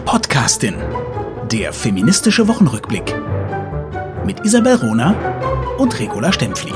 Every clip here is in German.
Podcastin. Der feministische Wochenrückblick. Mit Isabel Rohner und Regula Stempfli.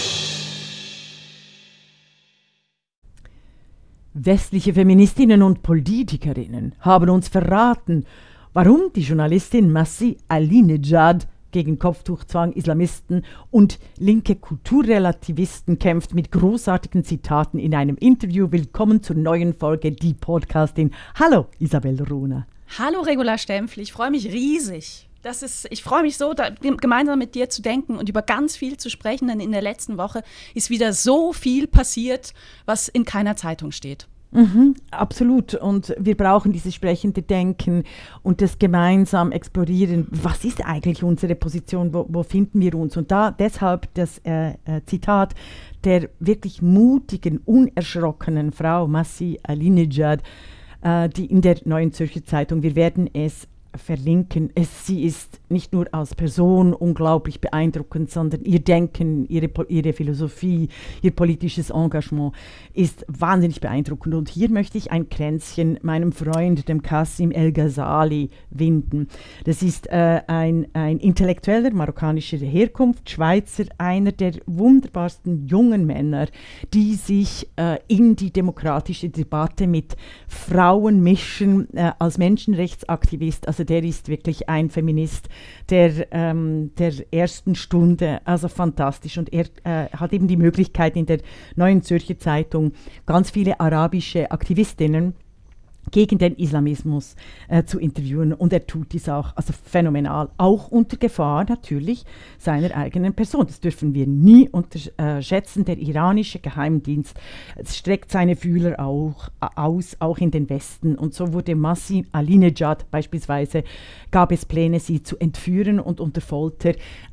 Westliche Feministinnen und Politikerinnen haben uns verraten, warum die Journalistin Masih Alinejad gegen Kopftuchzwang, Islamisten und linke Kulturrelativisten kämpft, mit großartigen Zitaten in einem Interview. Willkommen zur neuen Folge Die Podcastin. Hallo Isabel Rohner. Hallo Regula Stempfli, ich freue mich riesig. Ich freue mich so, gemeinsam mit dir zu denken und über ganz viel zu sprechen, denn in der letzten Woche ist wieder so viel passiert, was in keiner Zeitung steht. Absolut. Und wir brauchen dieses sprechende Denken und das gemeinsam Explorieren. Was ist eigentlich unsere Position? Wo finden wir uns? Und deshalb das Zitat der wirklich mutigen, unerschrockenen Frau Masih Alinejad, die in der Neuen Zürcher Zeitung, wir werden es verlinken. Sie ist nicht nur als Person unglaublich beeindruckend, sondern ihr Denken, ihre Philosophie, ihr politisches Engagement ist wahnsinnig beeindruckend. Und hier möchte ich ein Kränzchen meinem Freund, dem Kassim El-Ghazali, winden. Das ist ein Intellektueller marokkanischer Herkunft, Schweizer, einer der wunderbarsten jungen Männer, die sich in die demokratische Debatte mit Frauen mischen, als Menschenrechtsaktivist. Also der ist wirklich ein Feminist der ersten Stunde, also fantastisch. Und er hat eben die Möglichkeit, in der Neuen Zürcher Zeitung ganz viele arabische Aktivistinnen gegen den Islamismus zu interviewen. Und er tut dies auch, also phänomenal, auch unter Gefahr natürlich seiner eigenen Person. Das dürfen wir nie unterschätzen. Der iranische Geheimdienst streckt seine Fühler aus, auch in den Westen. Und so wurde Masih Alinejad beispielsweise, gab es Pläne, sie zu entführen und unter Folter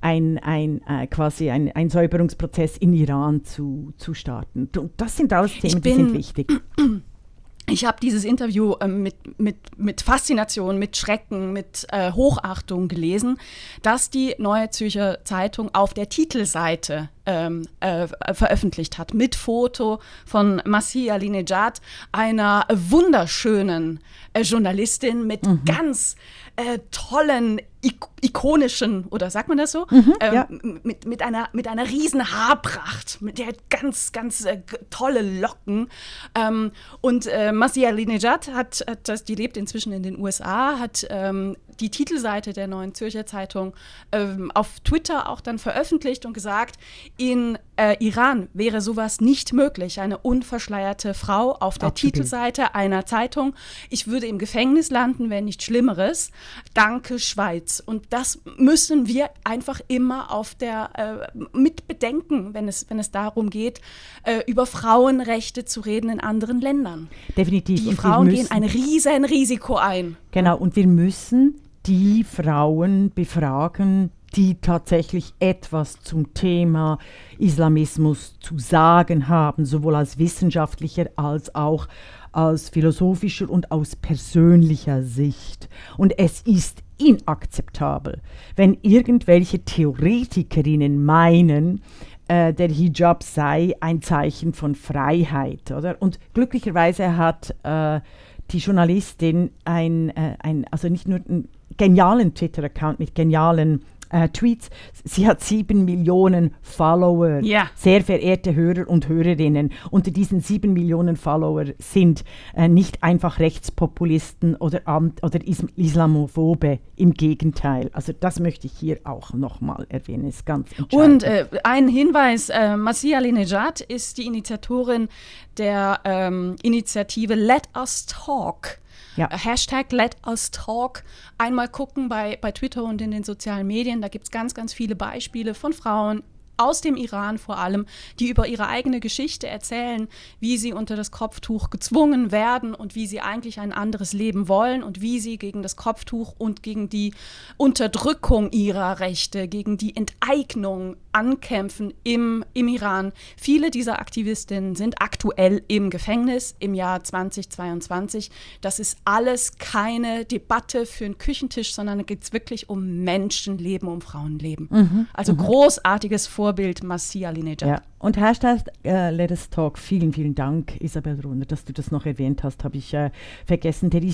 quasi ein Säuberungsprozess in Iran zu starten. Und das sind alles Themen, die sind wichtig. Ich habe dieses Interview mit Faszination, mit Schrecken, mit Hochachtung gelesen, dass die Neue Zürcher Zeitung auf der Titelseite veröffentlicht hat, mit Foto von Masih Alinejad, einer wunderschönen Journalistin mit ganz tollen, ikonischen, oder sagt man das so? Ja. Mit einer riesen Haarpracht, mit der ganz tolle Locken. Und Masih Alinejad die lebt inzwischen in den USA, hat die Titelseite der Neuen Zürcher Zeitung auf Twitter auch dann veröffentlicht und gesagt, in Iran wäre sowas nicht möglich. Eine unverschleierte Frau auf der Titelseite einer Zeitung. Ich würde im Gefängnis landen, wenn nicht Schlimmeres. Danke, Schweiz. Und das müssen wir einfach immer mit bedenken, wenn es darum geht, über Frauenrechte zu reden in anderen Ländern. Definitiv. Die Frauen gehen ein riesen Risiko ein. Genau, und wir müssen die Frauen befragen, die tatsächlich etwas zum Thema Islamismus zu sagen haben, sowohl als wissenschaftlicher als auch aus philosophischer und aus persönlicher Sicht. Und es ist inakzeptabel, wenn irgendwelche Theoretikerinnen meinen, der Hijab sei ein Zeichen von Freiheit, oder? Und glücklicherweise hat die Journalistin also nicht nur einen genialen Twitter-Account mit genialen Tweets. Sie hat 7 Millionen Follower, sehr verehrte Hörer und Hörerinnen. Unter diesen 7 Millionen Follower sind nicht einfach Rechtspopulisten oder Islamophobe, im Gegenteil. Also das möchte ich hier auch nochmal erwähnen, ist ganz entscheidend. Und ein Hinweis, Masih Alinejad ist die Initiatorin der Initiative Let Us Talk. Ja. Hashtag Let Us Talk. Einmal gucken bei Twitter und in den sozialen Medien. Da gibt es ganz viele Beispiele von Frauen aus dem Iran vor allem, die über ihre eigene Geschichte erzählen, wie sie unter das Kopftuch gezwungen werden und wie sie eigentlich ein anderes Leben wollen und wie sie gegen das Kopftuch und gegen die Unterdrückung ihrer Rechte, gegen die Enteignung ankämpfen im Iran. Viele dieser Aktivistinnen sind aktuell im Gefängnis im Jahr 2022. Das ist alles keine Debatte für einen Küchentisch, sondern da geht es wirklich um Menschenleben, um Frauenleben. Also großartiges Vorbild Masih Alinejad. Ja. Und Hashtag Let Us Talk, vielen Dank, Isabel Rohner, dass du das noch erwähnt hast, habe ich vergessen. Der ist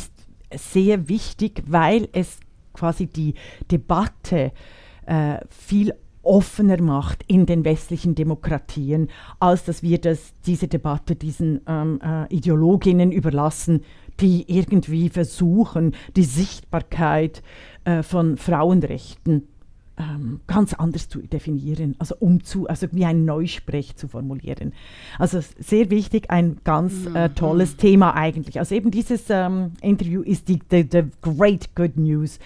sehr wichtig, weil es quasi die Debatte viel offener macht in den westlichen Demokratien, als dass wir diese Debatte diesen Ideologinnen überlassen, die irgendwie versuchen, die Sichtbarkeit von Frauenrechten ganz anders zu definieren, also wie ein Neusprech zu formulieren. Also sehr wichtig, ein ganz tolles Thema eigentlich. Also eben dieses Interview ist the great good news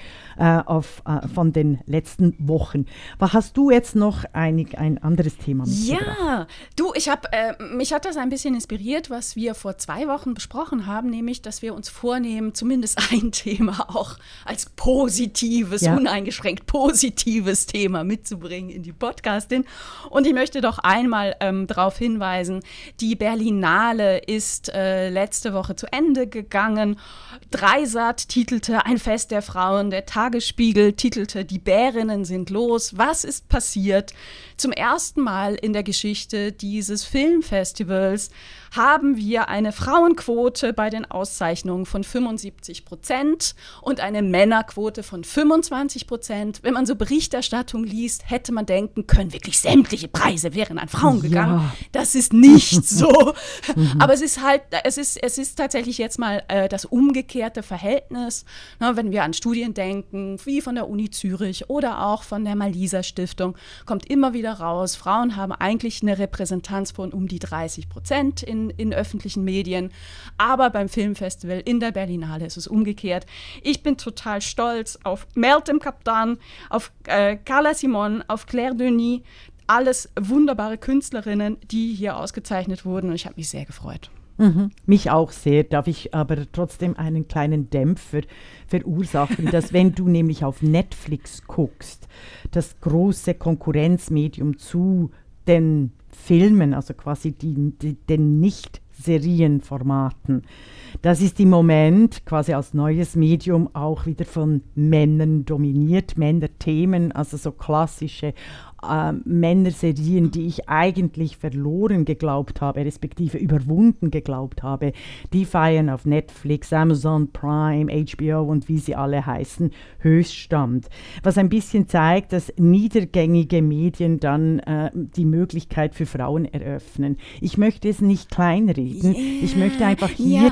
von den letzten Wochen. Was hast du jetzt noch ein anderes Thema mitgebracht? Ja, du, mich hat das ein bisschen inspiriert, was wir vor 2 Wochen besprochen haben, nämlich, dass wir uns vornehmen, zumindest ein Thema auch als positives, uneingeschränkt positives Thema mitzubringen in die Podcastin. Und ich möchte doch einmal darauf hinweisen, die Berlinale ist letzte Woche zu Ende gegangen. Dreisat titelte Ein Fest der Frauen, der Tagesspiegel titelte Die Bärinnen sind los. Was ist passiert? Zum ersten Mal in der Geschichte dieses Filmfestivals haben wir eine Frauenquote bei den Auszeichnungen von 75% und eine Männerquote von 25%. Wenn man so Berichterstattung liest, hätte man denken können, wirklich sämtliche Preise wären an Frauen gegangen. Ja. Das ist nicht so. Aber es ist tatsächlich jetzt mal das umgekehrte Verhältnis. Na, wenn wir an Studien denken, wie von der Uni Zürich oder auch von der Malisa Stiftung, kommt immer wieder raus, Frauen haben eigentlich eine Repräsentanz von um die 30% in öffentlichen Medien, aber beim Filmfestival in der Berlinale ist es umgekehrt. Ich bin total stolz auf Meltem Kaptan, auf Carla Simon, auf Claire Denis, alles wunderbare Künstlerinnen, die hier ausgezeichnet wurden und ich habe mich sehr gefreut. Mich auch sehr, darf ich aber trotzdem einen kleinen Dämpfer verursachen, dass wenn du nämlich auf Netflix guckst, das große Konkurrenzmedium zu den Filmen, also quasi den Nicht-Serienformaten, das ist im Moment quasi als neues Medium auch wieder von Männern dominiert, Männerthemen, also so klassische Männerserien, die ich eigentlich verloren geglaubt habe, respektive überwunden geglaubt habe, die feiern auf Netflix, Amazon Prime, HBO und wie sie alle heißen, Höchststand. Was ein bisschen zeigt, dass niedergängige Medien dann die Möglichkeit für Frauen eröffnen. Ich möchte es nicht kleinreden, ich möchte einfach hier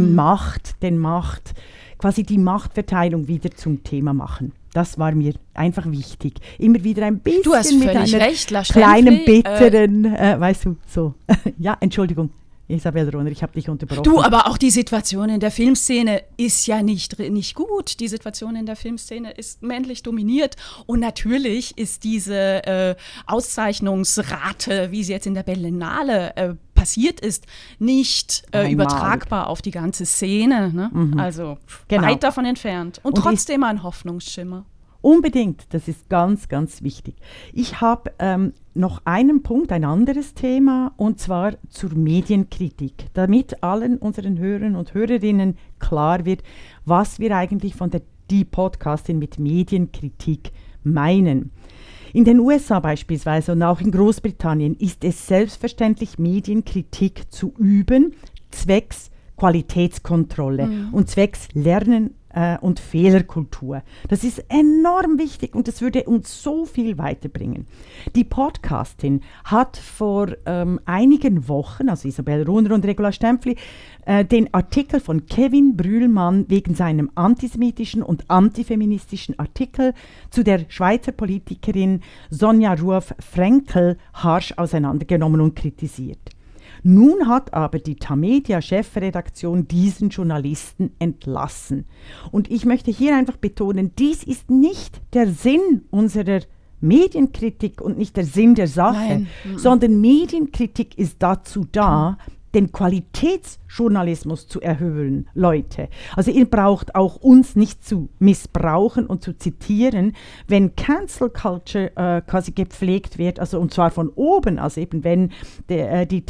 quasi die Machtverteilung wieder zum Thema machen. Das war mir einfach wichtig. Immer wieder ein bisschen du hast mit einer recht, kleinen, bitteren, weißt du, so. Ja, Entschuldigung, Isabel Rohner, ich habe dich unterbrochen. Du, aber auch die Situation in der Filmszene ist ja nicht gut. Die Situation in der Filmszene ist männlich dominiert. Und natürlich ist diese Auszeichnungsrate, wie sie jetzt in der Berlinale passiert ist, nicht übertragbar auf die ganze Szene. Ne? Also weit davon entfernt. Und trotzdem ein Hoffnungsschimmer. Unbedingt, das ist ganz, ganz wichtig. Ich habe noch einen Punkt, ein anderes Thema, und zwar zur Medienkritik, damit allen unseren Hörern und Hörerinnen klar wird, was wir eigentlich von die Podcastin mit Medienkritik meinen. In den USA beispielsweise und auch in Großbritannien ist es selbstverständlich, Medienkritik zu üben, zwecks Qualitätskontrolle und zwecks Lernen und Fehlerkultur. Das ist enorm wichtig und das würde uns so viel weiterbringen. Die Podcastin hat vor einigen Wochen, also Isabel Rohner und Regula Stempfli, den Artikel von Kevin Brühlmann wegen seinem antisemitischen und antifeministischen Artikel zu der Schweizer Politikerin Sonja Ruoff-Frenkel harsch auseinandergenommen und kritisiert. Nun hat aber die Tamedia-Chefredaktion diesen Journalisten entlassen. Und ich möchte hier einfach betonen, dies ist nicht der Sinn unserer Medienkritik und nicht der Sinn der Sache, sondern Medienkritik ist dazu da, den Qualitätsjournalismus zu erhöhen, Leute. Also ihr braucht auch uns nicht zu missbrauchen und zu zitieren, wenn Cancel Culture quasi gepflegt wird, also und zwar von oben, also eben wenn die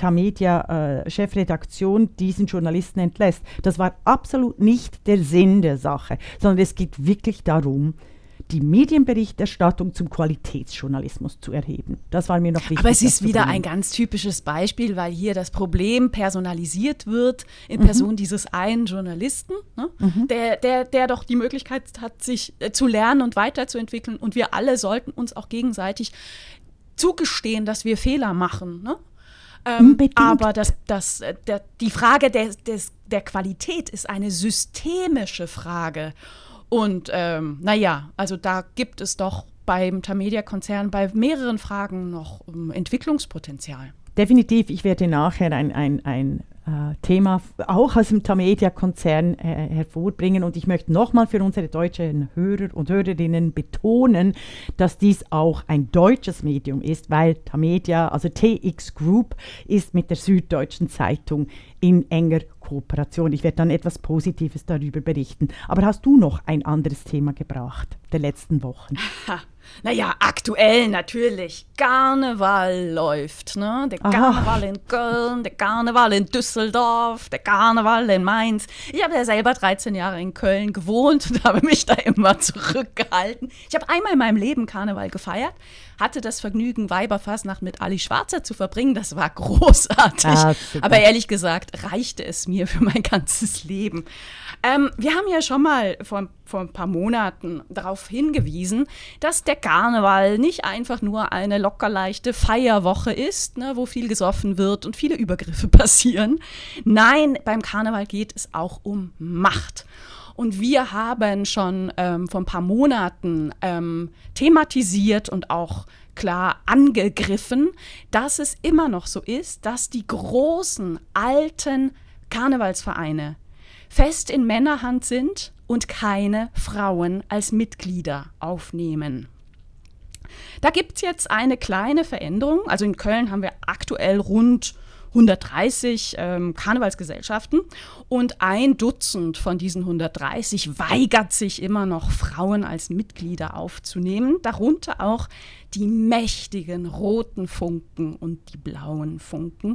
Tamedia-Chefredaktion diesen Journalisten entlässt. Das war absolut nicht der Sinn der Sache, sondern es geht wirklich darum, die Medienberichterstattung zum Qualitätsjournalismus zu erheben. Das war mir noch wichtig. Aber es ist wieder ein ganz typisches Beispiel, weil hier das Problem personalisiert wird in Person dieses einen Journalisten, ne? Der doch die Möglichkeit hat, sich zu lernen und weiterzuentwickeln. Und wir alle sollten uns auch gegenseitig zugestehen, dass wir Fehler machen. Ne? Aber die Frage der Qualität ist eine systemische Frage. Und also da gibt es doch beim Tamedia-Konzern bei mehreren Fragen noch Entwicklungspotenzial. Definitiv, ich werde nachher ein Thema auch aus dem Tamedia-Konzern hervorbringen. Und ich möchte nochmal für unsere deutschen Hörer und Hörerinnen betonen, dass dies auch ein deutsches Medium ist, weil Tamedia, also TX Group, ist mit der Süddeutschen Zeitung in enger Kooperation. Ich werde dann etwas Positives darüber berichten. Aber hast du noch ein anderes Thema gebracht der letzten Wochen? Naja, aktuell natürlich. Karneval läuft, ne? Der Karneval in Köln, der Karneval in Düsseldorf, der Karneval in Mainz. Ich habe ja selber 13 Jahre in Köln gewohnt und habe mich da immer zurückgehalten. Ich habe einmal in meinem Leben Karneval gefeiert, hatte das Vergnügen, Weiberfastnacht mit Ali Schwarzer zu verbringen. Das war großartig. Aber ehrlich gesagt, reichte es mir für mein ganzes Leben. Wir haben ja schon mal vor ein paar Monaten darauf hingewiesen, dass der Karneval nicht einfach nur eine lockerleichte Feierwoche ist, ne, wo viel gesoffen wird und viele Übergriffe passieren. Nein, beim Karneval geht es auch um Macht. Und wir haben schon vor ein paar Monaten thematisiert und auch klar angegriffen, dass es immer noch so ist, dass die großen, alten Karnevalsvereine fest in Männerhand sind und keine Frauen als Mitglieder aufnehmen. Da gibt es jetzt eine kleine Veränderung. Also in Köln haben wir aktuell rund 130 Karnevalsgesellschaften und 1 Dutzend von diesen 130 weigert sich immer noch, Frauen als Mitglieder aufzunehmen, darunter auch die mächtigen roten Funken und die blauen Funken.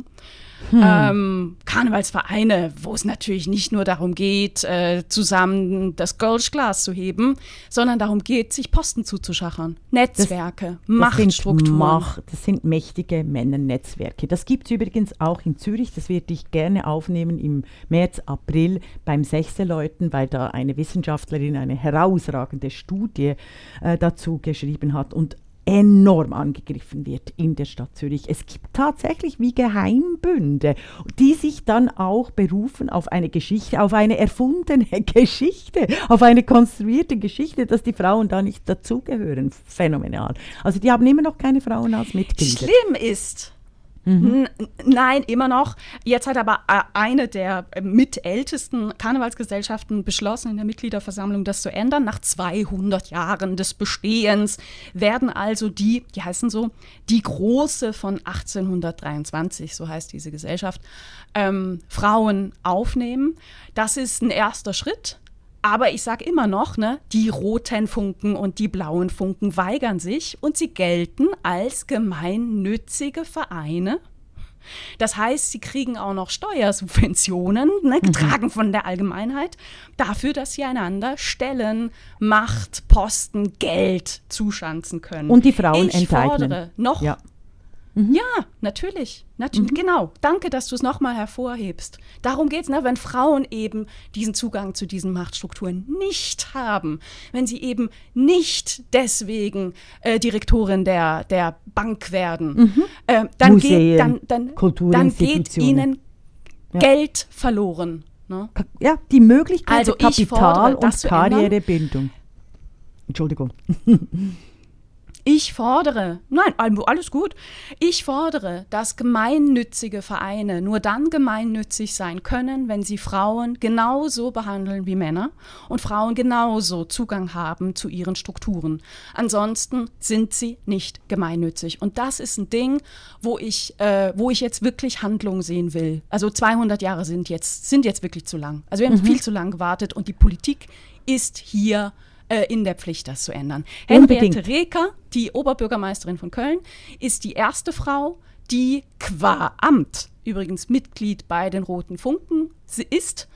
Karnevalsvereine, wo es natürlich nicht nur darum geht, zusammen das Kölschglas zu heben, sondern darum geht, sich Posten zuzuschachern. Netzwerke, Machtstrukturen. Das sind mächtige Männernetzwerke. Das gibt es übrigens auch in Zürich. Das werde ich gerne aufnehmen im März, April beim Sechseleuten, weil da eine Wissenschaftlerin eine herausragende Studie dazu geschrieben hat und enorm angegriffen wird in der Stadt Zürich. Es gibt tatsächlich wie Geheimbünde, die sich dann auch berufen auf eine Geschichte, auf eine erfundene Geschichte, auf eine konstruierte Geschichte, dass die Frauen da nicht dazugehören. Phänomenal. Also die haben immer noch keine Frauen als Mitglieder. Schlimm ist, nein, immer noch. Jetzt hat aber eine der mitältesten Karnevalsgesellschaften beschlossen in der Mitgliederversammlung, das zu ändern. Nach 200 Jahren des Bestehens werden also die heißen so, die Große von 1823, so heißt diese Gesellschaft, Frauen aufnehmen. Das ist ein erster Schritt. Aber ich sage immer noch, ne, die roten Funken und die blauen Funken weigern sich und sie gelten als gemeinnützige Vereine. Das heißt, sie kriegen auch noch Steuersubventionen, ne, getragen von der Allgemeinheit, dafür, dass sie einander Stellen, Macht, Posten, Geld zuschanzen können. Und die Frauen enteignen. Ich fordere noch... Ja. Ja, natürlich. Genau. Danke, dass du es nochmal hervorhebst. Darum geht es, ne? Wenn Frauen eben diesen Zugang zu diesen Machtstrukturen nicht haben, wenn sie eben nicht deswegen Direktorin der Bank werden, dann Museen, geht ihnen Geld verloren. Ne? Ja, die Möglichkeit also Kapital- und Karrierebildung. Entschuldigung. Ich fordere, nein, alles gut, ich fordere, dass gemeinnützige Vereine nur dann gemeinnützig sein können, wenn sie Frauen genauso behandeln wie Männer und Frauen genauso Zugang haben zu ihren Strukturen. Ansonsten sind sie nicht gemeinnützig. Und das ist ein Ding, wo ich jetzt wirklich Handlung sehen will. Also 200 Jahre sind jetzt wirklich zu lang. Also wir haben viel zu lang gewartet und die Politik ist hier in der Pflicht, das zu ändern. Henriette Reker, die Oberbürgermeisterin von Köln, ist die erste Frau, die qua Amt übrigens Mitglied bei den Roten Funken ist.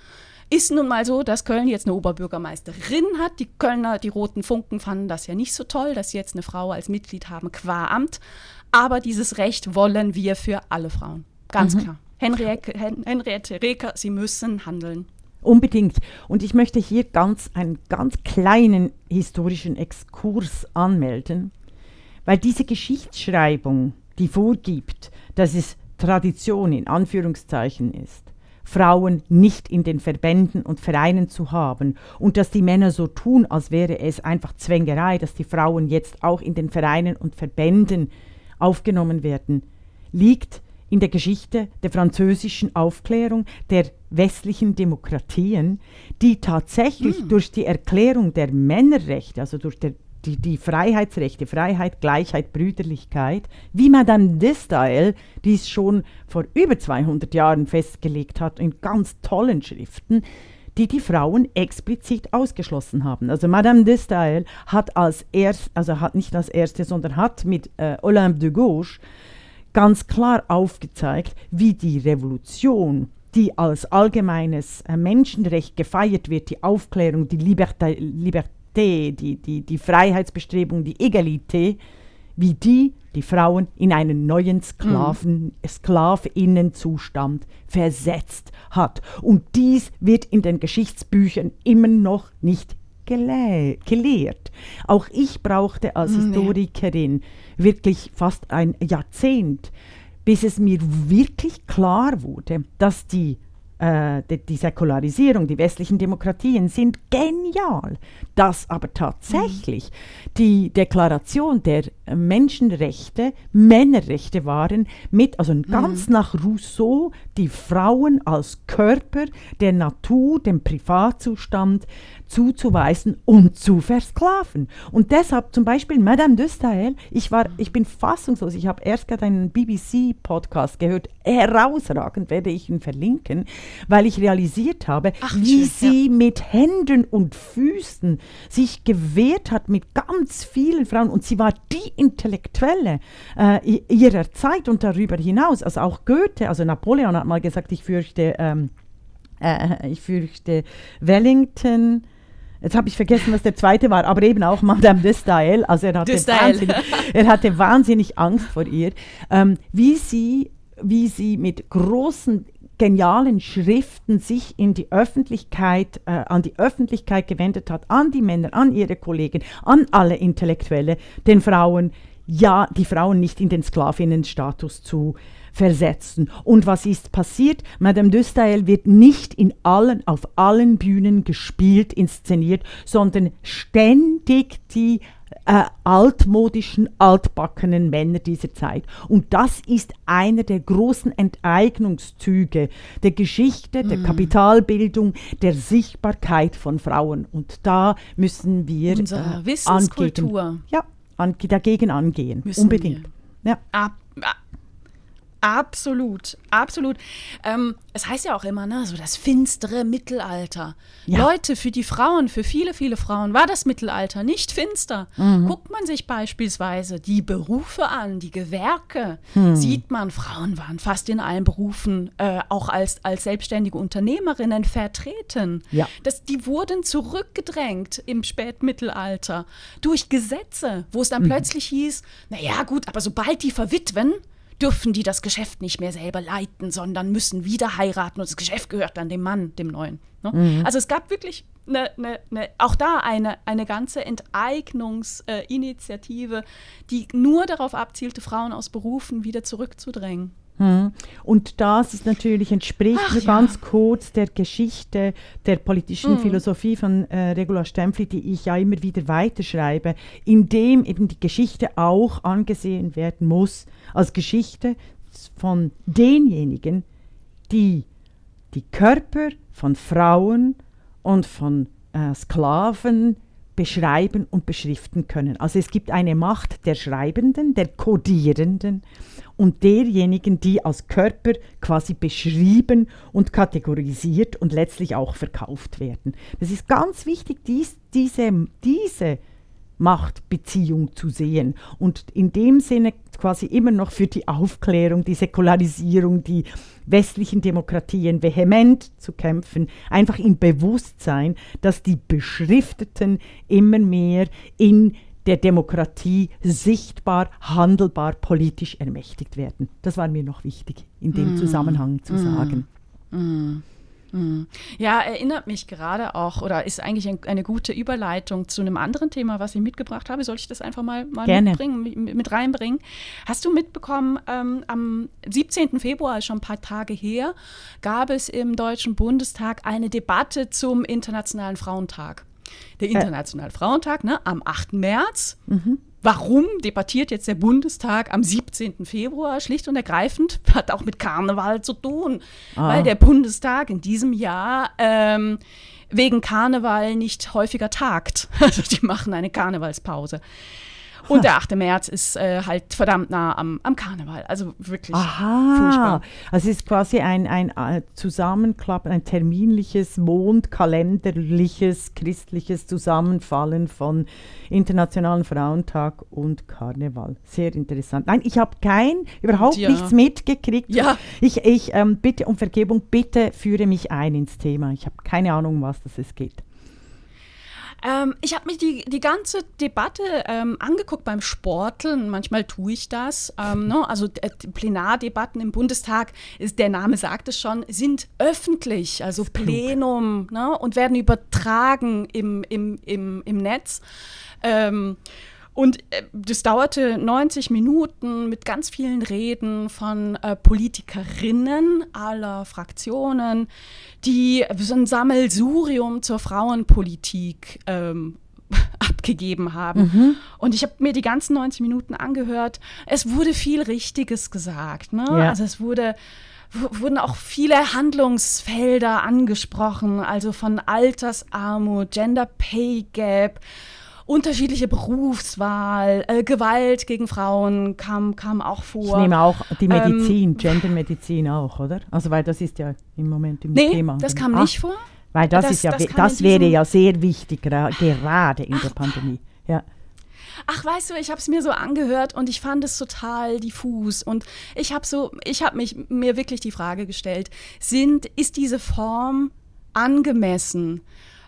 Ist nun mal so, dass Köln jetzt eine Oberbürgermeisterin hat. Die Kölner, die Roten Funken, fanden das ja nicht so toll, dass sie jetzt eine Frau als Mitglied haben qua Amt. Aber dieses Recht wollen wir für alle Frauen. Ganz klar. Henriette Reker, Sie müssen handeln. Unbedingt. Und ich möchte hier einen ganz kleinen historischen Exkurs anmelden, weil diese Geschichtsschreibung, die vorgibt, dass es Tradition in Anführungszeichen ist, Frauen nicht in den Verbänden und Vereinen zu haben und dass die Männer so tun, als wäre es einfach Zwängerei, dass die Frauen jetzt auch in den Vereinen und Verbänden aufgenommen werden, liegt in der Geschichte der französischen Aufklärung, der westlichen Demokratien, die tatsächlich durch die Erklärung der Männerrechte, also durch die Freiheitsrechte, Freiheit, Gleichheit, Brüderlichkeit, wie Madame de Staël dies schon vor über 200 Jahren festgelegt hat, in ganz tollen Schriften, die Frauen explizit ausgeschlossen haben. Also Madame de Staël hat nicht als erste, sondern hat mit Olympe de Gouges ganz klar aufgezeigt, wie die Revolution, die als allgemeines Menschenrecht gefeiert wird, die Aufklärung, die Liberté, die Freiheitsbestrebung, die Egalité, wie die Frauen in einen neuen Sklavinnenzustand versetzt hat. Und dies wird in den Geschichtsbüchern immer noch nicht gelehrt. Auch ich brauchte als Historikerin wirklich fast ein Jahrzehnt, bis es mir wirklich klar wurde, dass die Säkularisierung, die westlichen Demokratien sind genial, dass aber tatsächlich die Deklaration der Menschenrechte Männerrechte waren, ganz nach Rousseau die Frauen als Körper der Natur, dem Privatzustand zuzuweisen und zu versklaven. Und deshalb zum Beispiel Madame de Staël, ich bin fassungslos, ich habe erst gerade einen BBC-Podcast gehört, herausragend, werde ich ihn verlinken, weil ich realisiert habe, wie sie mit Händen und Füßen sich gewehrt hat mit ganz vielen Frauen, und sie war die Intellektuelle ihrer Zeit und darüber hinaus, also auch Goethe, also Napoleon hat mal gesagt, ich fürchte Wellington. Jetzt habe ich vergessen, was der zweite war, aber eben auch Madame de Staël. Also er hatte wahnsinnig Angst vor ihr, wie sie mit großen, genialen Schriften sich an die Öffentlichkeit gewendet hat, an die Männer, an ihre Kollegen, an alle Intellektuelle, die Frauen nicht in den Sklavinnenstatus zu versetzen. Und was ist passiert? Madame de Staël wird nicht auf allen Bühnen gespielt, inszeniert, sondern ständig die altmodischen, altbackenen Männer dieser Zeit. Und das ist einer der großen Enteignungszüge der Geschichte, der Kapitalbildung, der Sichtbarkeit von Frauen. Und da müssen wir unsere Wissenskultur dagegen angehen. Unbedingt. Ja. Absolut, absolut. Es heißt ja auch immer, so das finstere Mittelalter. Ja. Leute, für die Frauen, für viele, viele Frauen war das Mittelalter nicht finster. Guckt man sich beispielsweise die Berufe an, die Gewerke, sieht man, Frauen waren fast in allen Berufen auch als selbstständige Unternehmerinnen vertreten. Ja. Die wurden zurückgedrängt im Spätmittelalter durch Gesetze, wo es dann plötzlich hieß, naja gut, aber sobald die verwitwen, dürfen die das Geschäft nicht mehr selber leiten, sondern müssen wieder heiraten und das Geschäft gehört dann dem Mann, dem Neuen. Ne? Also es gab wirklich auch da eine ganze Enteignungsinitiative, die nur darauf abzielte, Frauen aus Berufen wieder zurückzudrängen. Und das ist natürlich, entspricht ganz kurz der Geschichte der politischen Philosophie von Regula Stempfli, die ich ja immer wieder weiterschreibe, indem eben die Geschichte auch angesehen werden muss als Geschichte von denjenigen, die die Körper von Frauen und von Sklaven beschreiben und beschriften können. Also es gibt eine Macht der Schreibenden, der Kodierenden und derjenigen, die als Körper quasi beschrieben und kategorisiert und letztlich auch verkauft werden. Das ist ganz wichtig, diese Machtbeziehung zu sehen und in dem Sinne quasi immer noch für die Aufklärung, die Säkularisierung, die westlichen Demokratien vehement zu kämpfen, einfach im Bewusstsein, dass die Beschrifteten immer mehr in der Demokratie sichtbar, handelbar, politisch ermächtigt werden. Das war mir noch wichtig, in dem Zusammenhang zu sagen. Ja, erinnert mich gerade auch, oder ist eigentlich eine gute Überleitung zu einem anderen Thema, was ich mitgebracht habe. Soll ich das einfach mal mit reinbringen? Hast du mitbekommen, am 17. Februar, schon ein paar Tage her, gab es im Deutschen Bundestag eine Debatte zum Internationalen Frauentag. Der Internationale Frauentag, am 8. März. Warum debattiert jetzt der Bundestag am 17. Februar? Schlicht und ergreifend, hat auch mit Karneval zu tun, weil der Bundestag in diesem Jahr wegen Karneval nicht häufiger tagt. Also die machen eine Karnevalspause. Und der 8. März ist halt verdammt nah am Karneval. Also wirklich furchtbar. Also es ist quasi ein Zusammenklappen, ein terminliches, mondkalenderliches, christliches Zusammenfallen von Internationalen Frauentag und Karneval. Sehr interessant. Nein, ich habe überhaupt nichts mitgekriegt. Ja. Ich bitte um Vergebung, bitte führe mich ein ins Thema. Ich habe keine Ahnung, was das geht. Ich habe mich die ganze Debatte angeguckt beim Sporteln. Manchmal tue ich das. Also Plenardebatten im Bundestag, der Name sagt es schon, sind öffentlich, also Plenum, und werden übertragen im Netz. Und das dauerte 90 Minuten mit ganz vielen Reden von Politikerinnen aller Fraktionen, die so ein Sammelsurium zur Frauenpolitik abgegeben haben. Und ich habe mir die ganzen 90 Minuten angehört. Es wurde viel Richtiges gesagt. Ja. Also es wurden auch viele Handlungsfelder angesprochen, also von Altersarmut, Gender Pay Gap, unterschiedliche Berufswahl, Gewalt gegen Frauen kam auch vor. Ich nehme auch die Medizin, Gendermedizin auch, oder? Also weil das ist ja im Moment im Thema. Nee, das kam nicht vor. Weil das wäre ja sehr wichtig, gerade in der Pandemie. Ja. Ach, weißt du, ich habe es mir so angehört und ich fand es total diffus. Und ich habe mir wirklich die Frage gestellt, ist diese Form angemessen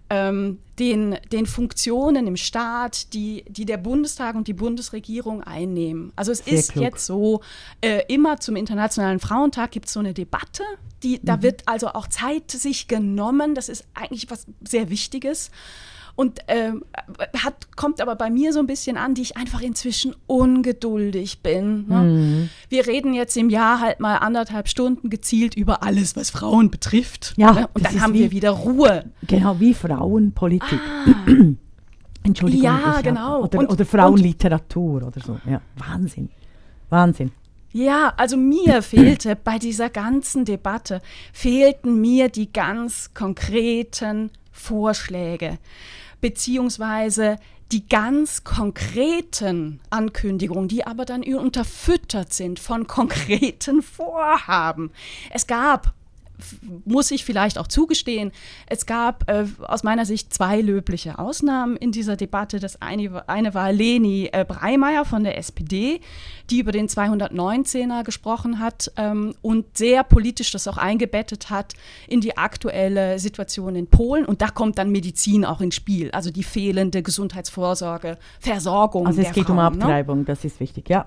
den Funktionen im Staat, die der Bundestag und die Bundesregierung einnehmen. Also es ist jetzt so, immer zum Internationalen Frauentag gibt es so eine Debatte, da wird also auch Zeit sich genommen, das ist eigentlich was sehr Wichtiges. Und kommt aber bei mir so ein bisschen an, die ich einfach inzwischen ungeduldig bin. Ne? Wir reden jetzt im Jahr halt mal 1,5 Stunden gezielt über alles, was Frauen betrifft. Ja, ne? Und dann haben wir wieder Ruhe. Genau, wie Frauenpolitik. Entschuldigung. Ja, genau. Oder Frauenliteratur oder so. Ja, Wahnsinn. Ja, also mir fehlte bei dieser ganzen Debatte, fehlten mir die ganz konkreten Vorschläge, beziehungsweise die ganz konkreten Ankündigungen, die aber dann unterfüttert sind von konkreten Vorhaben. Es gab, muss ich vielleicht auch zugestehen, es gab aus meiner Sicht 2 löbliche Ausnahmen in dieser Debatte. Das eine war Leni Breimeyer von der SPD, die über den 219er gesprochen hat und sehr politisch das auch eingebettet hat in die aktuelle Situation in Polen. Und da kommt dann Medizin auch ins Spiel, also die fehlende Gesundheitsvorsorge, Versorgung der Frauen. Also es geht um Abtreibung, ne? Das ist wichtig, ja.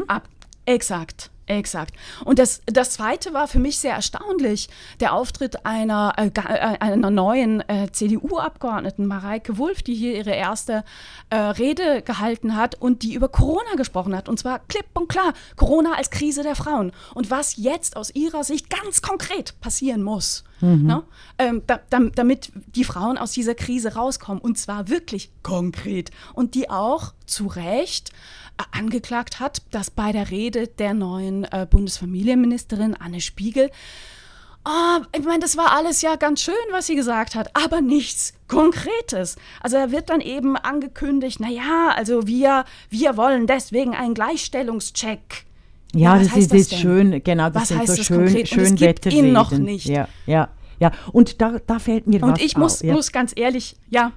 Exakt. Und das Zweite war für mich sehr erstaunlich, der Auftritt einer neuen CDU-Abgeordneten, Mareike Wulff, die hier ihre erste Rede gehalten hat und die über Corona gesprochen hat. Und zwar klipp und klar, Corona als Krise der Frauen. Und was jetzt aus ihrer Sicht ganz konkret passieren muss, ne? Damit die Frauen aus dieser Krise rauskommen. Und zwar wirklich konkret. Und die auch zu Recht angeklagt hat, dass bei der Rede der neuen Bundesfamilienministerin Anne Spiegel, ich meine, das war alles ja ganz schön, was sie gesagt hat, aber nichts Konkretes. Also da wird dann eben angekündigt, naja, also wir wollen deswegen einen Gleichstellungscheck. Ja, das ist schön, genau, das sind so schön Wetterreden. Noch nicht. Ja. Und da fällt mir was auf. Und ich muss ganz ehrlich, ja.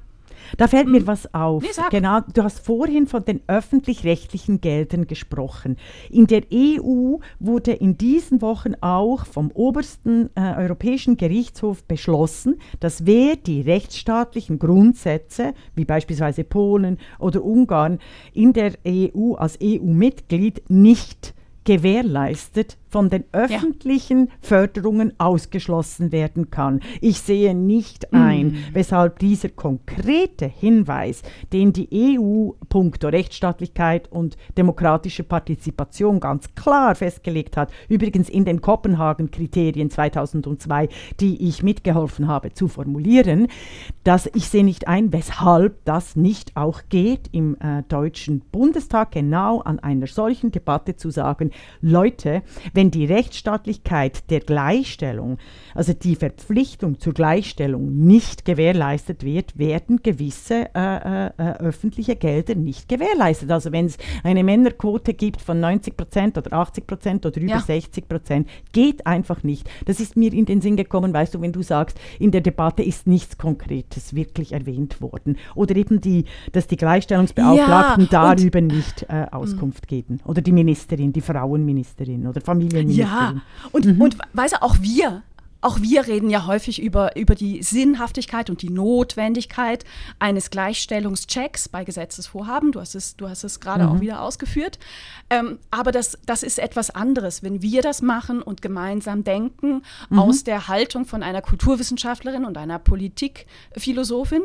Da fällt mir was auf. Nee, sag. Genau, du hast vorhin von den öffentlich-rechtlichen Geldern gesprochen. In der EU wurde in diesen Wochen auch vom obersten Europäischen Gerichtshof beschlossen, dass wer die rechtsstaatlichen Grundsätze, wie beispielsweise Polen oder Ungarn, in der EU als EU-Mitglied nicht gewährleistet, von den öffentlichen Förderungen ausgeschlossen werden kann. Ich sehe nicht ein, weshalb dieser konkrete Hinweis, den die EU puncto Rechtsstaatlichkeit und demokratische Partizipation ganz klar festgelegt hat, übrigens in den Kopenhagen-Kriterien 2002, die ich mitgeholfen habe zu formulieren, dass ich sehe nicht ein, weshalb das nicht auch geht, im Deutschen Bundestag genau an einer solchen Debatte zu sagen, Leute, wenn die Rechtsstaatlichkeit der Gleichstellung, also die Verpflichtung zur Gleichstellung nicht gewährleistet wird, werden gewisse öffentliche Gelder nicht gewährleistet. Also wenn es eine Männerquote gibt von 90% oder 80% oder über 60%, geht einfach nicht. Das ist mir in den Sinn gekommen, weißt du, wenn du sagst, in der Debatte ist nichts Konkretes wirklich erwähnt worden. Oder eben dass die Gleichstellungsbeauftragten darüber nicht Auskunft geben. Oder die Ministerin, die Frauenministerin oder Familienministerin. Ja, und weißt du, auch wir reden ja häufig über die Sinnhaftigkeit und die Notwendigkeit eines Gleichstellungschecks bei Gesetzesvorhaben. Du hast es gerade auch wieder ausgeführt. Aber das ist etwas anderes, wenn wir das machen und gemeinsam denken aus der Haltung von einer Kulturwissenschaftlerin und einer Politikphilosophin,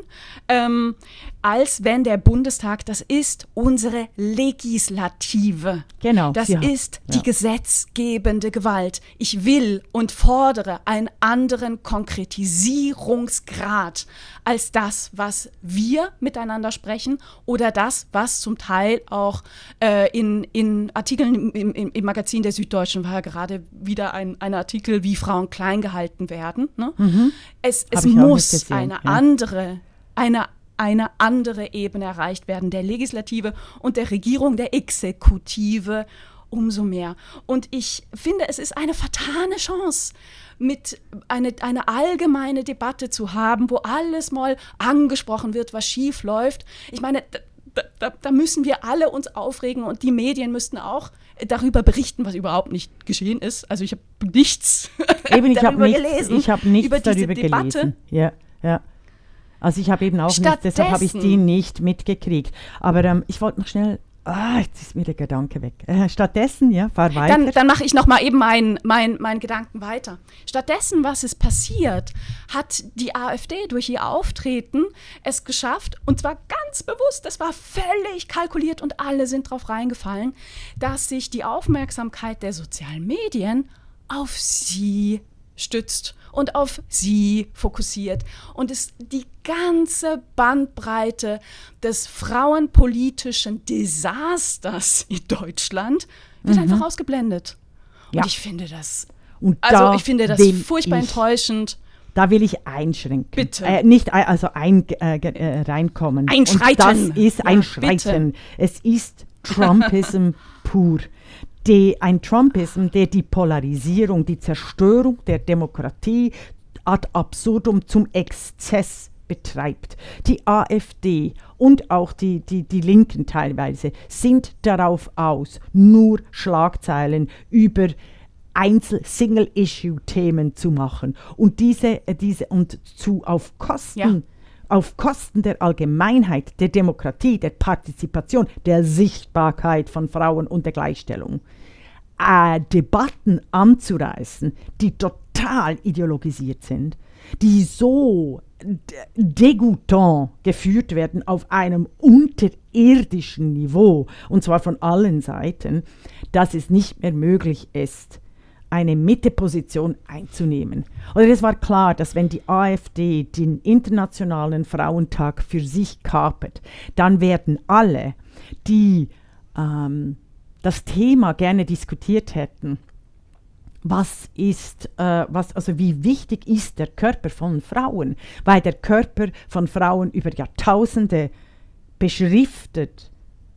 als wenn der Bundestag, das ist unsere Legislative. Genau. Das ist die gesetzgebende Gewalt. Ich will und fordere einen anderen Konkretisierungsgrad als das, was wir miteinander sprechen oder das, was zum Teil auch in Artikeln im Magazin der Süddeutschen war ja gerade wieder ein Artikel, wie Frauen klein gehalten werden. Ne? Es muss eine andere Ebene erreicht werden, der Legislative und der Regierung, der Exekutive umso mehr. Und ich finde, es ist eine vertane Chance, eine allgemeine Debatte zu haben, wo alles mal angesprochen wird, was schief läuft. Ich meine, da müssen wir alle uns aufregen und die Medien müssten auch darüber berichten, was überhaupt nicht geschehen ist. Also ich habe nichts darüber gelesen. Ich habe nichts über darüber diese Debatte. gelesen. Ja. Also ich habe eben auch nichts, deshalb habe ich die nicht mitgekriegt. Aber ich wollte noch schnell, jetzt ist mir der Gedanke weg. Stattdessen, fahr weiter. Dann mache ich noch mal eben meinen Gedanken weiter. Stattdessen, was ist passiert, hat die AfD durch ihr Auftreten es geschafft, und zwar ganz bewusst, das war völlig kalkuliert und alle sind drauf reingefallen, dass sich die Aufmerksamkeit der sozialen Medien auf sie stützt und auf sie fokussiert und es die ganze Bandbreite des frauenpolitischen Desasters in Deutschland wird einfach ausgeblendet. Und ich finde das, furchtbar enttäuschend. Da will ich einschränken. Bitte. Nicht reinkommen. Einschreiten. Und das ist ein Schreiten. Bitte. Es ist Trumpism pur. Ein Trumpism, der die Polarisierung, die Zerstörung der Demokratie ad absurdum zum Exzess betreibt. Die AfD und auch die Linken teilweise sind darauf aus, nur Schlagzeilen über Single-Issue-Themen zu machen und auf Kosten der Allgemeinheit, der Demokratie, der Partizipation, der Sichtbarkeit von Frauen und der Gleichstellung, Debatten anzureißen, die total ideologisiert sind, die so dégoûtant geführt werden auf einem unterirdischen Niveau, und zwar von allen Seiten, dass es nicht mehr möglich ist, eine Mitteposition einzunehmen. Oder es war klar, dass wenn die AfD den Internationalen Frauentag für sich kapert, dann werden alle, die das Thema gerne diskutiert hätten, wie wichtig ist der Körper von Frauen, weil der Körper von Frauen über Jahrtausende beschriftet,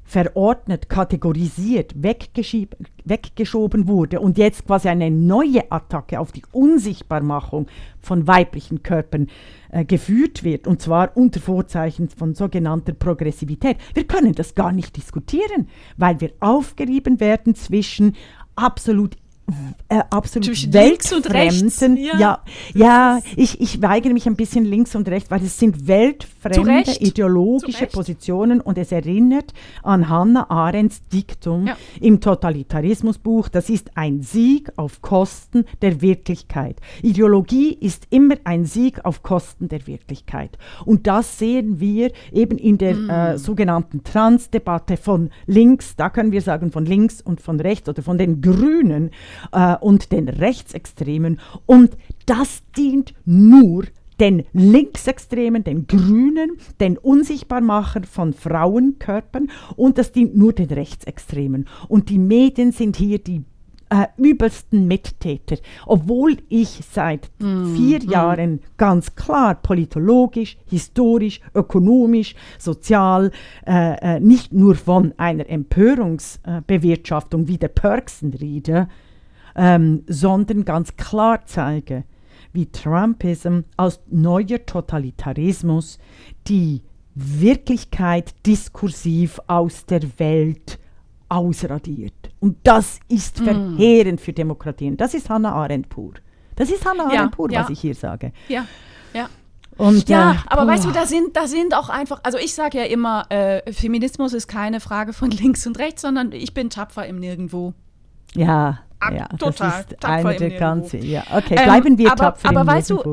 verordnet, kategorisiert, weggeschoben wurde und jetzt quasi eine neue Attacke auf die Unsichtbarmachung von weiblichen Körpern geführt wird, und zwar unter Vorzeichen von sogenannter Progressivität. Wir können das gar nicht diskutieren, weil wir aufgerieben werden zwischen absolut zwischen links und rechts. Ich weigere mich ein bisschen links und rechts, weil es sind weltfremde ideologische Positionen und es erinnert an Hannah Arendts Diktum im Totalitarismusbuch, das ist ein Sieg auf Kosten der Wirklichkeit. Ideologie ist immer ein Sieg auf Kosten der Wirklichkeit. Und das sehen wir eben in der sogenannten Transdebatte von links, da können wir sagen von links und von rechts oder von den Grünen und den Rechtsextremen. Und das dient nur den Linksextremen, den Grünen, den Unsichtbarmachern von Frauenkörpern, und das dient nur den Rechtsextremen. Und die Medien sind hier die übelsten Mittäter, obwohl ich seit 4 Jahren ganz klar politologisch, historisch, ökonomisch, sozial nicht nur von einer Empörungsbewirtschaftung wie der Perksen rede, sondern ganz klar zeige, wie Trumpism als neuer Totalitarismus die Wirklichkeit diskursiv aus der Welt ausradiert. Und das ist verheerend für Demokratien. Das ist Hannah Arendt pur. Das ist Hannah Arendt pur, was ich hier sage. Ja, ja. Und, aber weißt du, da sind auch einfach, also ich sage ja immer, Feminismus ist keine Frage von links und rechts, sondern ich bin tapfer im Nirgendwo. Ja, total das ist eine der ganzen. Ja, okay, bleiben wir tapfer im Nirgendwo.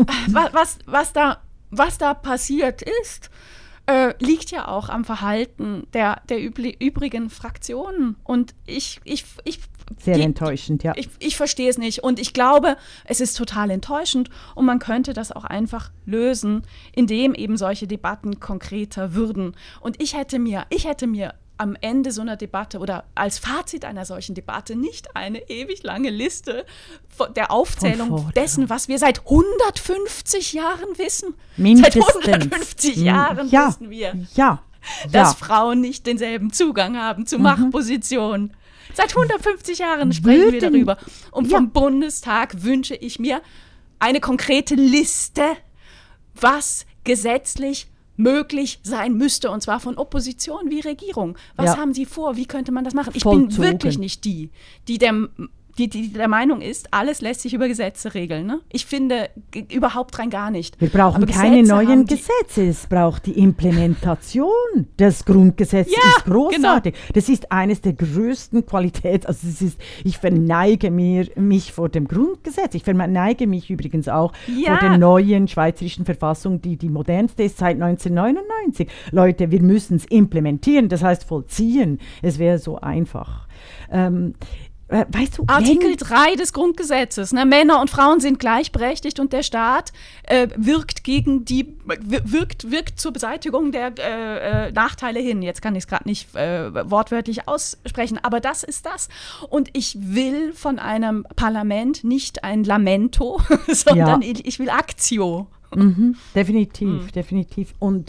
Was da passiert ist, liegt ja auch am Verhalten der übrigen Fraktionen. Und sehr enttäuschend, ja. Ich verstehe es nicht. Und ich glaube, es ist total enttäuschend. Und man könnte das auch einfach lösen, indem eben solche Debatten konkreter würden. Und ich hätte mir am Ende so einer Debatte oder als Fazit einer solchen Debatte nicht eine ewig lange Liste der Aufzählung dessen, was wir seit 150 Jahren wissen. Mindestens. Seit 150 Jahren wissen wir, dass Frauen nicht denselben Zugang haben zu Machtpositionen. Seit 150 Jahren sprechen wir darüber. Und vom Bundestag wünsche ich mir eine konkrete Liste, was gesetzlich möglich sein müsste, und zwar von Opposition wie Regierung. Was haben Sie vor? Wie könnte man das machen? Ich bin wirklich nicht die der Meinung ist, alles lässt sich über Gesetze regeln. Ne? Ich finde überhaupt rein gar nicht. Wir brauchen keine neuen Gesetze, es braucht die Implementation des Grundgesetzes. Ist großartig. Genau. Das ist eines der größten Qualitäten. Also ich verneige mich vor dem Grundgesetz. Ich verneige mich übrigens auch vor der neuen schweizerischen Verfassung, die modernste ist seit 1999. Leute, wir müssen es implementieren, das heißt vollziehen. Es wäre so einfach. Weißt du, Artikel 3 des Grundgesetzes. Ne? Männer und Frauen sind gleichberechtigt und der Staat wirkt zur Beseitigung der Nachteile hin. Jetzt kann ich es gerade nicht wortwörtlich aussprechen, aber das ist das. Und ich will von einem Parlament nicht ein Lamento, sondern ich will Actio. Definitiv. Und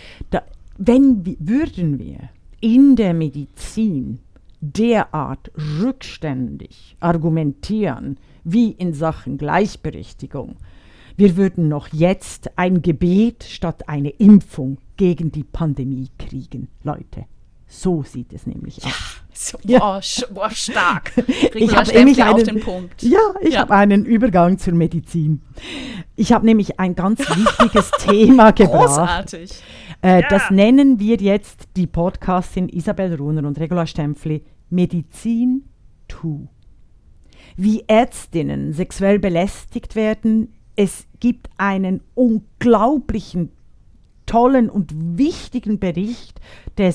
würden wir in der Medizin derart rückständig argumentieren wie in Sachen Gleichberechtigung. Wir würden noch jetzt ein Gebet statt eine Impfung gegen die Pandemie kriegen, Leute. So sieht es nämlich aus. Stark. Ich habe nämlich auf den Punkt. Ich habe einen Übergang zur Medizin. Ich habe nämlich ein ganz wichtiges Thema gebracht. Großartig. Das nennen wir jetzt die Podcastin Isabel Runer und Regula Stempfli Medizin 2. Wie Ärztinnen sexuell belästigt werden. Es gibt einen unglaublichen, tollen und wichtigen Bericht der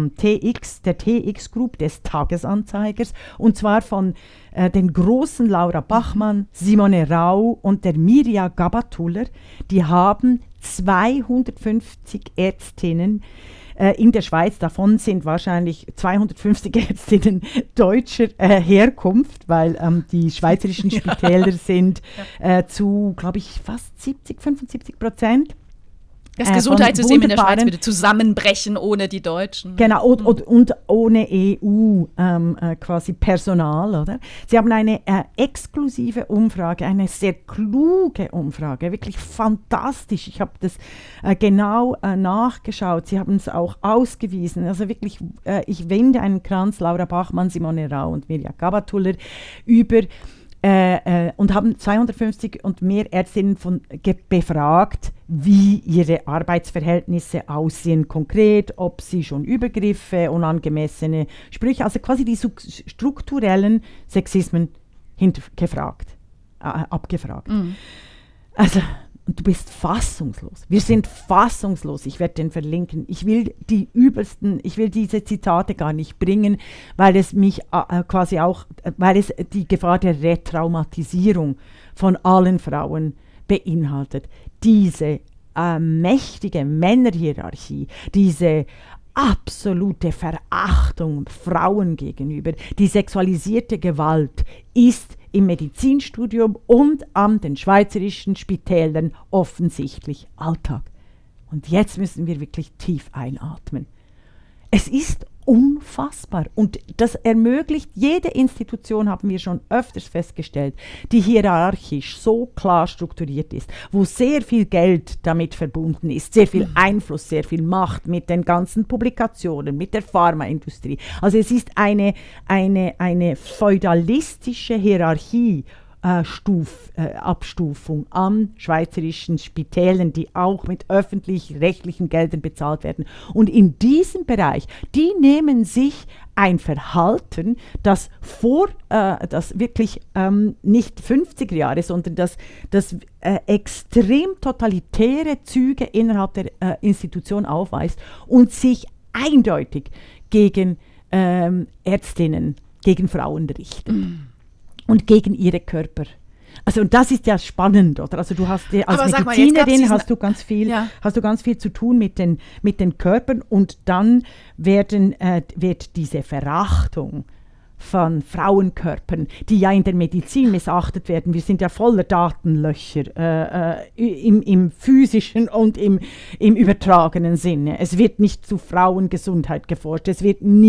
TX Group, des Tagesanzeigers, und zwar von den großen Laura Bachmann, Simone Rau und der Mirja Gabatuller. Die haben 250 Ärztinnen in der Schweiz, davon sind wahrscheinlich 250 Ärztinnen deutscher Herkunft, weil die schweizerischen Spitäler sind zu, glaube ich, fast 75% Das Gesundheitssystem in der Schweiz würde zusammenbrechen ohne die Deutschen. Genau, und ohne EU quasi Personal, oder? Sie haben eine exklusive Umfrage, eine sehr kluge Umfrage, wirklich fantastisch. Ich habe das genau nachgeschaut. Sie haben es auch ausgewiesen. Also wirklich, ich wende einen Kranz, Laura Bachmann, Simone Rau und Mirja Gabatuller über und haben 250 und mehr Ärztinnen befragt, wie ihre Arbeitsverhältnisse aussehen konkret, ob sie schon Übergriffe, unangemessene Sprüche, also quasi die strukturellen Sexismen abgefragt. Mhm. Also, und du bist fassungslos. Wir sind fassungslos. Ich werde den verlinken. Ich will diese Zitate gar nicht bringen, weil es mich quasi auch, weil es die Gefahr der Retraumatisierung von allen Frauen beinhaltet. Diese mächtige Männerhierarchie, diese absolute Verachtung Frauen gegenüber, die sexualisierte Gewalt ist im Medizinstudium und an den schweizerischen Spitälern offensichtlich Alltag. Und jetzt müssen wir wirklich tief einatmen. Es ist unfassbar und das ermöglicht, jede Institution, haben wir schon öfters festgestellt, die hierarchisch so klar strukturiert ist, wo sehr viel Geld damit verbunden ist, sehr viel Einfluss, sehr viel Macht mit den ganzen Publikationen, mit der Pharmaindustrie. Also es ist eine feudalistische Hierarchie, Abstufung an schweizerischen Spitälern, die auch mit öffentlich-rechtlichen Geldern bezahlt werden. Und in diesem Bereich, die nehmen sich ein Verhalten, das das wirklich nicht 50er Jahre, sondern das extrem totalitäre Züge innerhalb der Institution aufweist und sich eindeutig gegen Ärztinnen, gegen Frauen richtet. Und gegen ihre Körper. Also und das ist ja spannend, oder? Also du hast als Medizinerin hast du ganz viel zu tun mit den Körpern und dann wird diese Verachtung von Frauenkörpern, die ja in der Medizin missachtet werden. Wir sind ja voller Datenlöcher im physischen und im übertragenen Sinne. Es wird nicht zu Frauengesundheit geforscht. Es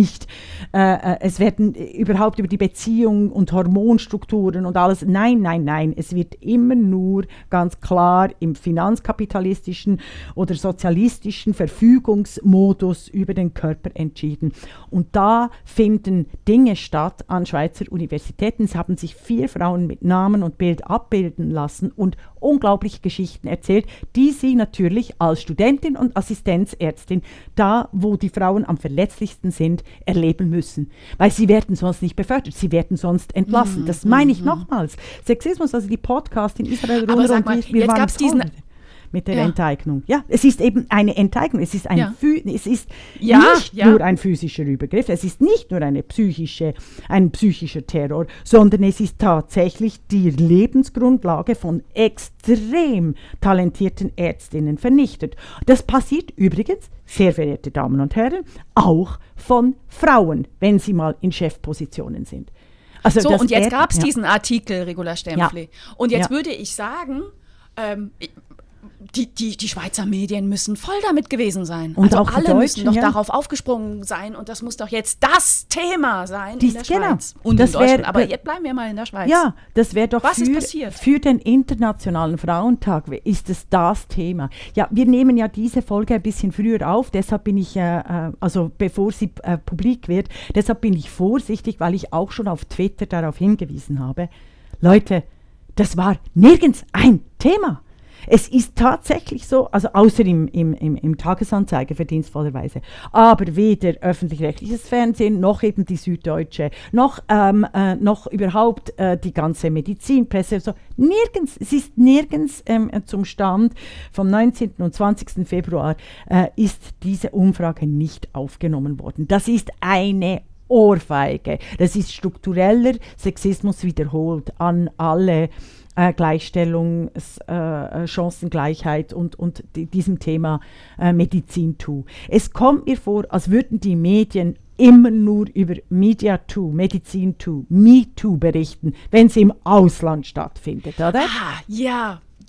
werden überhaupt über die Beziehung und Hormonstrukturen und alles. Nein. Es wird immer nur ganz klar im finanzkapitalistischen oder sozialistischen Verfügungsmodus über den Körper entschieden. Und da finden Dinge statt an Schweizer Universitäten. Es haben sich 4 Frauen mit Namen und Bild abbilden lassen und unglaubliche Geschichten erzählt, die sie natürlich als Studentin und Assistenzärztin, da wo die Frauen am verletzlichsten sind, erleben müssen. Weil sie werden sonst nicht befördert, sie werden sonst entlassen. Das meine ich nochmals. Sexismus, also die Podcast in Israel, aber sag mal, wir waren jetzt gab's diesen mit der Enteignung. Ja, es ist eben eine Enteignung. Es ist nicht nur ein physischer Übergriff, es ist nicht nur ein psychischer Terror, sondern es ist tatsächlich die Lebensgrundlage von extrem talentierten Ärztinnen vernichtet. Das passiert übrigens, sehr verehrte Damen und Herren, auch von Frauen, wenn sie mal in Chefpositionen sind. Also so, und jetzt gab es diesen Artikel, Regula Stempfli. Ja. Und jetzt würde ich sagen, die Schweizer Medien müssen voll damit gewesen sein. Und also auch alle müssen doch darauf aufgesprungen sein und das muss doch jetzt das Thema sein in der Schweiz und in Deutschland. Aber jetzt bleiben wir mal in der Schweiz. Ja, das wäre doch ist passiert? Für den Internationalen Frauentag ist es das Thema. Ja, wir nehmen ja diese Folge ein bisschen früher auf, deshalb bin ich, also bevor sie publik wird, deshalb bin ich vorsichtig, weil ich auch schon auf Twitter darauf hingewiesen habe. Leute, das war nirgends ein Thema. Es ist tatsächlich so, also außer im Tagesanzeiger verdienstvollerweise, aber weder öffentlich-rechtliches Fernsehen, noch eben die Süddeutsche, noch überhaupt die ganze Medizinpresse, so, es ist nirgends zum Stand vom 19. und 20. Februar ist diese Umfrage nicht aufgenommen worden. Das ist eine Ohrfeige. Das ist struktureller Sexismus wiederholt an alle Gleichstellung, Chancengleichheit und diesem Thema Medizin-Too. Es kommt mir vor, als würden die Medien immer nur über Media-Too, Medizin-Too, Me-Too berichten, wenn sie im Ausland stattfindet, oder? Ja,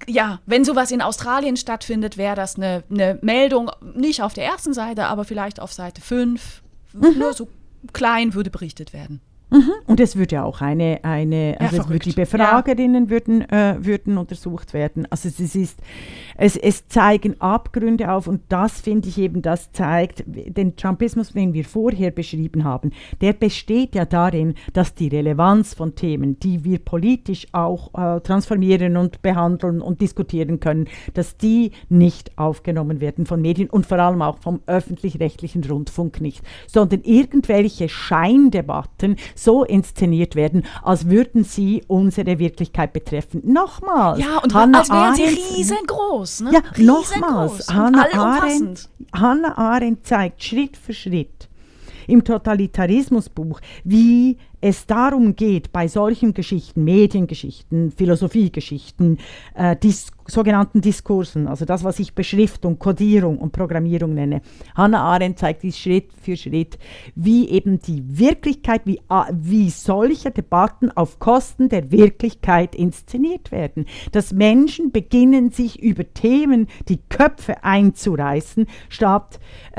ja, wenn sowas in Australien stattfindet, wäre das eine Meldung, nicht auf der ersten Seite, aber vielleicht auf Seite 5, nur so klein würde berichtet werden. Und es würde auch also die Befragerinnen würden untersucht werden. Also es zeigen Abgründe auf und das finde ich eben, das zeigt, den Trumpismus, den wir vorher beschrieben haben, der besteht ja darin, dass die Relevanz von Themen, die wir politisch auch transformieren und behandeln und diskutieren können, dass die nicht aufgenommen werden von Medien und vor allem auch vom öffentlich-rechtlichen Rundfunk nicht, sondern irgendwelche Scheindebatten so inszeniert werden, als würden sie unsere Wirklichkeit betreffen. Nochmals. Ja, und als wären sie riesengroß. Ne? Ja, nochmals. Hannah Arendt zeigt Schritt für Schritt im Totalitarismusbuch, wie es darum geht, bei solchen Geschichten, Mediengeschichten, Philosophiegeschichten, sogenannten Diskursen, also das, was ich Beschriftung, Kodierung und Programmierung nenne. Hannah Arendt zeigt dies Schritt für Schritt, wie eben die Wirklichkeit, wie solche Debatten auf Kosten der Wirklichkeit inszeniert werden. Dass Menschen beginnen, sich über Themen die Köpfe einzureißen, statt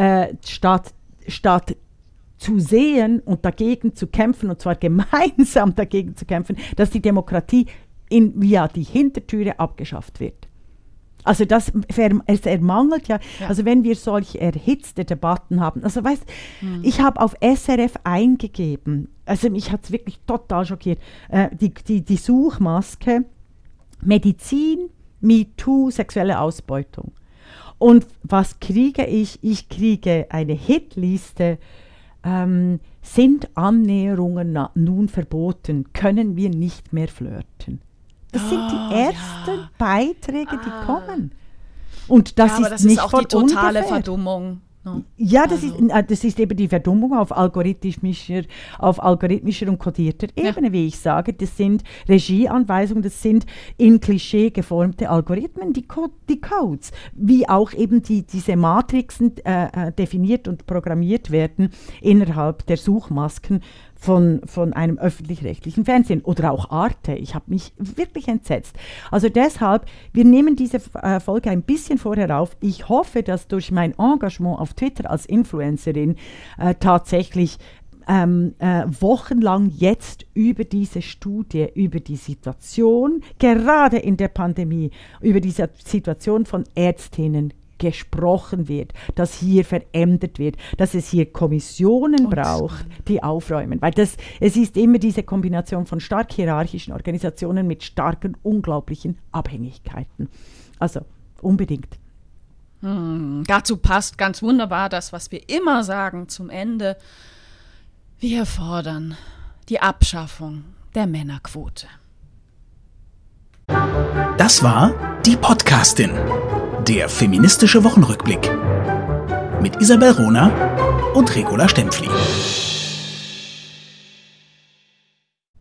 zu sehen und dagegen zu kämpfen, und zwar gemeinsam dagegen zu kämpfen, dass die Demokratie via die Hintertüre abgeschafft wird. Also es ermangelt ja, also wenn wir solche erhitzte Debatten haben, also weißt, ich habe auf SRF eingegeben, also mich hat es wirklich total schockiert, die Suchmaske Medizin, MeToo, sexuelle Ausbeutung. Und was kriege ich? Ich kriege eine Hitliste. Sind Annäherungen nun verboten? Können wir nicht mehr flirten? Das sind die ersten Beiträge, die kommen. Und das ist auch die totale Verdummung. No. Ja, das ist eben die Verdummung auf algorithmischer und kodierter Ebene, wie ich sage. Das sind Regieanweisungen, das sind in Klischee geformte Algorithmen, die Codes, wie auch eben diese Matrixen definiert und programmiert werden innerhalb der Suchmasken von einem öffentlich-rechtlichen Fernsehen oder auch Arte. Ich habe mich wirklich entsetzt. Also deshalb, wir nehmen diese Folge ein bisschen vorher auf. Ich hoffe, dass durch mein Engagement auf Twitter als Influencerin tatsächlich wochenlang jetzt über diese Studie, über die Situation, gerade in der Pandemie, über diese Situation von Ärztinnen gesprochen wird, dass hier verändert wird, dass es hier Kommissionen braucht, die aufräumen. Weil es ist immer diese Kombination von stark hierarchischen Organisationen mit starken, unglaublichen Abhängigkeiten. Also unbedingt. Dazu passt ganz wunderbar das, was wir immer sagen zum Ende. Wir fordern die Abschaffung der Männerquote. Das war die Podcastin, der feministische Wochenrückblick mit Isabel Rona und Regula Stempfli.